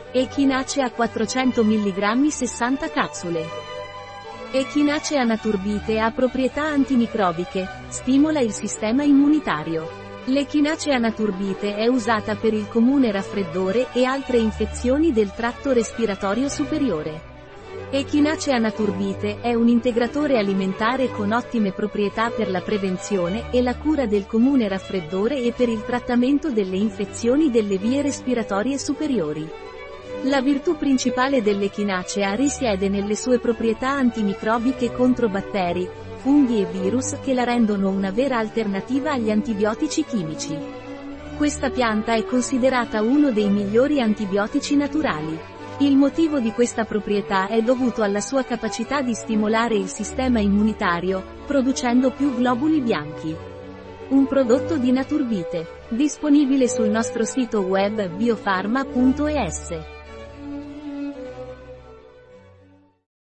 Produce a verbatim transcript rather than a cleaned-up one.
Echinacea quattrocento milligrammi sessanta capsule. Echinacea naturbite ha proprietà antimicrobiche, stimola il sistema immunitario. L'Echinacea naturbite è usata per il comune raffreddore e altre infezioni del tratto respiratorio superiore. Echinacea naturbite è un integratore alimentare con ottime proprietà per la prevenzione e la cura del comune raffreddore e per il trattamento delle infezioni delle vie respiratorie superiori. La virtù principale dell'Echinacea risiede nelle sue proprietà antimicrobiche contro batteri, funghi e virus che la rendono una vera alternativa agli antibiotici chimici. Questa pianta è considerata uno dei migliori antibiotici naturali. Il motivo di questa proprietà è dovuto alla sua capacità di stimolare il sistema immunitario, producendo più globuli bianchi. Un prodotto di Naturbite, disponibile sul nostro sito web biofarma punto es.